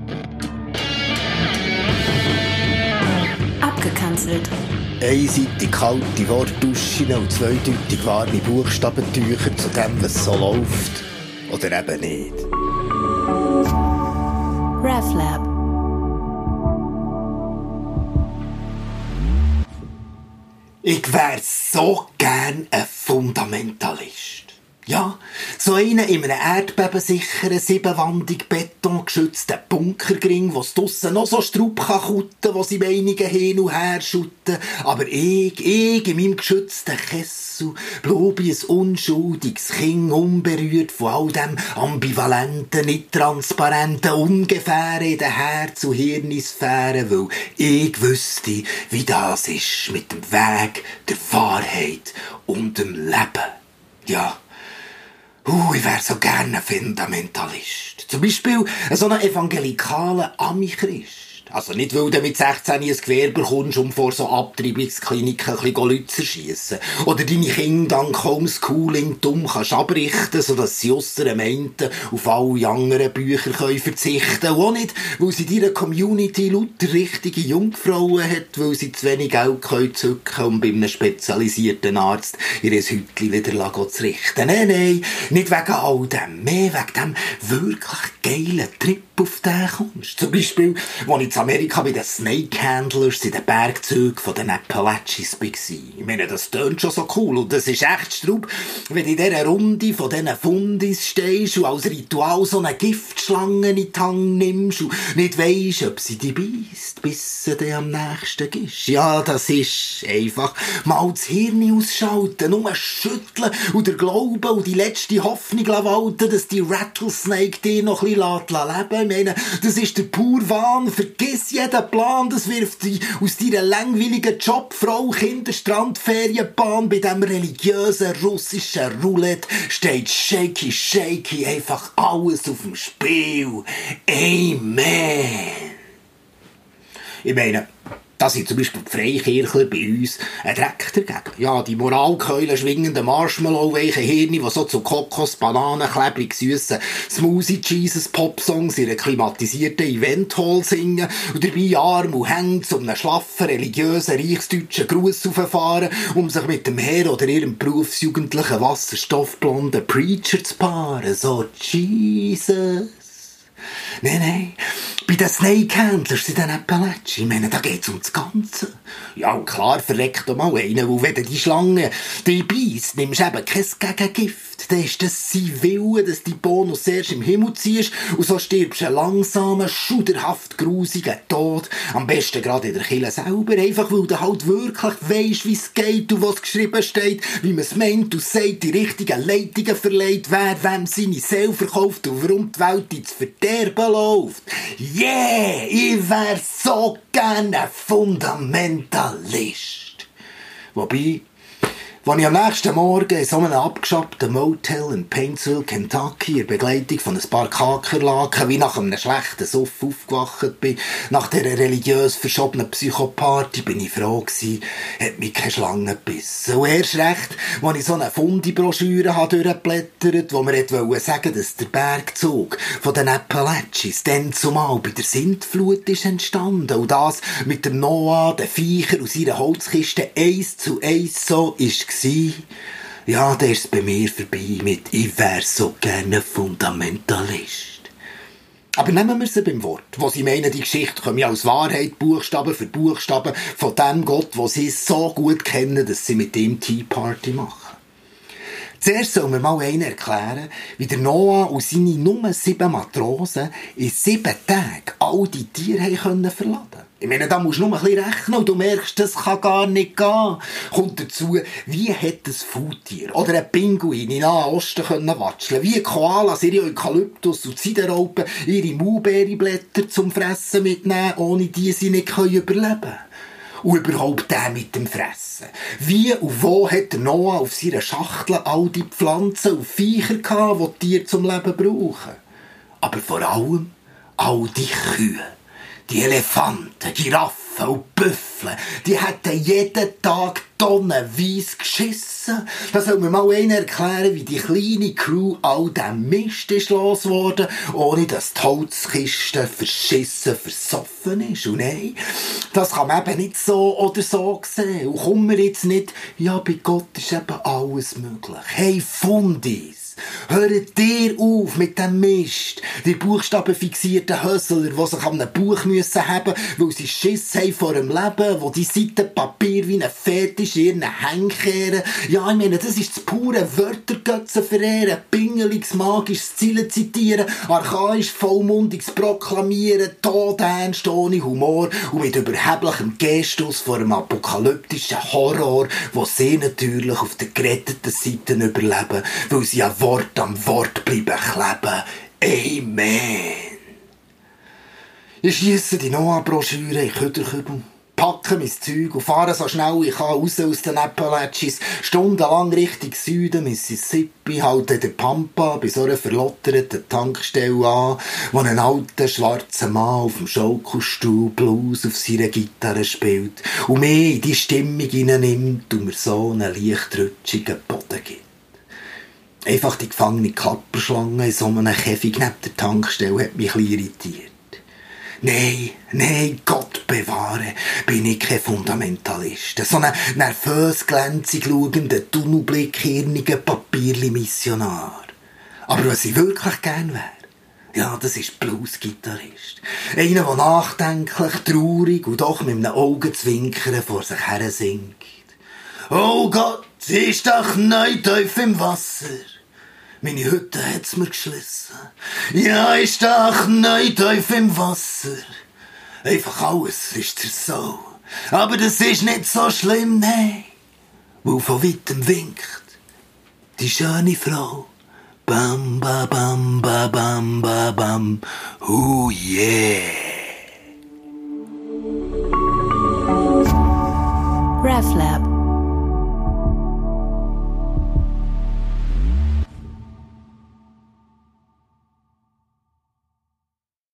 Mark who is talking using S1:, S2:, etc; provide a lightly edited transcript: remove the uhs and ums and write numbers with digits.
S1: Abgekanzelt.
S2: Einseitig kalte Wortduschen und zweideutig warme Buchstabentücher zu dem, was so läuft. Oder eben nicht.
S1: RefLab.
S2: Ich wär so gern ein Fundamentalist. Ja, so einen in einem erdbebensicheren, siebenwandig betongeschützten Bunkergring, wo es draussen noch so Straub kann kutten, wo sie Meinungen hin und her schutten. Aber ich in meinem geschützten Kessel, bleib ich ein unschuldiges Kind, unberührt von all dem ambivalenten, nicht transparenten, ungefähren in den Herz- und Hirnisphären, weil ich wüsste, wie das ist mit dem Weg, der Wahrheit und dem Leben. Ja. Ich wäre so gerne ein Fundamentalist. Zum Beispiel so einen evangelikalen Ami-Christ. Also nicht, weil du mit 16 ein Gewehr bekommst, um vor so Abtreibungskliniken ein bisschen Leute zu schiessen. Oder deine Kinder dank Homeschooling dumm kannst abrichten, sodass sie ausser dem einen auf alle anderen Bücher verzichten können. Und auch nicht, weil sie in deiner Community lauter richtige Jungfrauen hat, weil sie zu wenig Geld zücken können, um bei einem spezialisierten Arzt ihr Häutchen wieder zu richten. Nein, nicht wegen all dem. Mehr wegen dem wirklich geilen Trip, auf den kommst. Zum Beispiel, als ich in Amerika bei den Snake Handlers in den Bergzügen von den Appalachians war. Ich meine, das tönt schon so cool und das ist echt Straub, wenn du in dieser Runde von diesen Fundis stehst und als Ritual so eine Giftschlange in die Hand nimmst und nicht weisst, ob sie dich beisst, bis sie dir am nächsten ist. Ja, das ist einfach mal das Hirn ausschalten, nur schütteln und der Glaube und die letzte Hoffnung walten, dass die Rattlesnake dich noch ein bisschen leben. Ich meine, das ist der pure Wahn. Vergiss jeden Plan. Das wirft dich aus deiner langweiligen Jobfrau Kinderstrandferienbahn. Bei diesem religiösen russischen Roulette steht shaky, einfach alles auf dem Spiel. Amen. Ich meine, das sind zum Beispiel die Freikirchler bei uns ein Dreck dagegen. Ja, die Moralkeule schwingenden Marshmallow-weichen Hirne, die so zu Kokos, Bananen, klebrig süssen Smoothie-Jesus-Pop-Songs in einer klimatisierten Event-Hall singen und dabei arm und hängt zu einem schlaffen, religiösen, reichsdeutschen Gruß auffahren, um sich mit dem Herr oder ihrem berufsjugendlichen, wasserstoffblonden Preacher zu paaren. So, Jesus. Nein. Bei den Snake Handlers in den Appalachians, ich meine, da geht's um das Ganze. Ja, und klar verreckt doch mal einen, weil wenn die Schlange dich beisst, nimmst du eben kein Gegengift. Dann ist das sein Wille, dass du die Bonus erst im Himmel ziehst und so stirbst du einen langsamen, schuderhaft grusigen Tod. Am besten gerade in der Kirche selber, einfach weil du halt wirklich weisst, wie es geht und was geschrieben steht, wie man es meint und sagt, die richtigen Leitungen verleiht, wer wem seine Seele verkauft und warum die Welt ins Verderben läuft. Yeah, ich wär so gerne ein Fundamentalist. Wobei, als ich am nächsten Morgen in so einem abgeschabbten Motel in Paintsville, Kentucky, in Begleitung von ein paar Kakerlaken, wie nach einem schlechten Suff aufgewacht bin, nach dieser religiös verschobenen Psychoparty, bin ich froh gewesen, hat mich keine Schlange gebissen. Und erst recht, als ich so eine Fundi-Broschüre durchgeblättert, wo mir wollte sagen, dass der Bergzug von den Appalachians dann zumal bei der Sintflut ist entstanden. Und das mit dem Noah, den Viecher aus seiner Holzkiste 1:1 so ist. Ja, da ist es bei mir vorbei mit «Ich wär so gerne Fundamentalist». Aber nehmen wir sie beim Wort, wo sie meinen, die Geschichte komme als Wahrheit, Buchstaben für Buchstaben, von dem Gott, wo sie so gut kennen, dass sie mit ihm Tea Party machen. Zuerst soll mir mal einer erklären, wie der Noah und seine nur 7 Matrosen in 7 Tagen all die Tiere verladen können. Ich meine, da musst du nur ein bisschen rechnen und du merkst, das kann gar nicht gehen. Kommt dazu, wie hat ein Faultier oder ein Pinguin in Nahen Osten watscheln, wie Koalas ihre Eukalyptus und Ziderraupen ihre Mulbeerenblätter zum Fressen mitnehmen, ohne die sie nicht überleben können. Und überhaupt der mit dem Fressen. Wie und wo hat der Noah auf seiner Schachtel all die Pflanzen und Viecher gehabt, die Tiere zum Leben brauchen? Aber vor allem all die Kühe. Die Elefanten, Giraffen und Büffel, die hätten jeden Tag tonnenweise geschissen. Da soll mir mal einer erklären, wie die kleine Crew all diesen Mist ist losgeworden, ohne dass die Holzkiste verschissen versoffen ist. Und nein, das kann man eben nicht so oder so sehen. Und komm mir jetzt nicht, ja, bei Gott ist eben alles möglich. Hey, Fundis! Hört ihr auf mit dem Mist. Die buchstabenfixierten Hösler, die sich an einem Buch müssen haben, weil sie Schiss haben vor dem Leben, wo die Seiten Papier wie ein Fetisch in ihren Hängen kehren. Ja, ich meine, das ist das pure Wörtergötzen verehren, pingeliges, magisches Ziele zitieren, archaisch, vollmundiges Proklamieren, todernst, ohne Humor und mit überheblichem Gestus vor einem apokalyptischen Horror, wo sie natürlich auf der geretteten Seite überleben, weil sie ja Wort am Wort bleiben kleben. Amen. Ich schiesse die Noah-Broschüre in Köderkübel, packe mein Zeug und fahre so schnell ich kann raus aus den Appalachians, stundenlang Richtung Süden, Mississippi, halte den Pampa bei so einer verlotterten Tankstelle an, wo ein alter schwarzer Mann auf dem Schaukelstuhl Blues auf seiner Gitarre spielt und mich in die Stimmung hineinnimmt und mir so einen leicht rutschigen Boden gibt. Einfach die gefangene Klapperschlange in so einem Käfig neben der Tankstelle hat mich ein bisschen irritiert. Nein, Gott bewahre, bin ich kein Fundamentalist. So ein nervös glänzig schauender, tunnelblickhirniger Papierli-Missionar. Aber was ich wirklich gern wäre, ja, das ist Blues-Gitarrist. Einer, der nachdenklich, traurig und doch mit einem Augenzwinkern vor sich her singt. Oh Gott, ist doch neu tief im Wasser. Meine Hütte hat's mir geschlissen. Ja, ist doch neu tief im Wasser. Einfach alles ist zersau. Aber das ist nicht so schlimm, nein. Weil von weitem winkt die schöne Frau. Bam, ba, bam, ba, bam, ba, bam. Oh yeah.
S1: RefLab.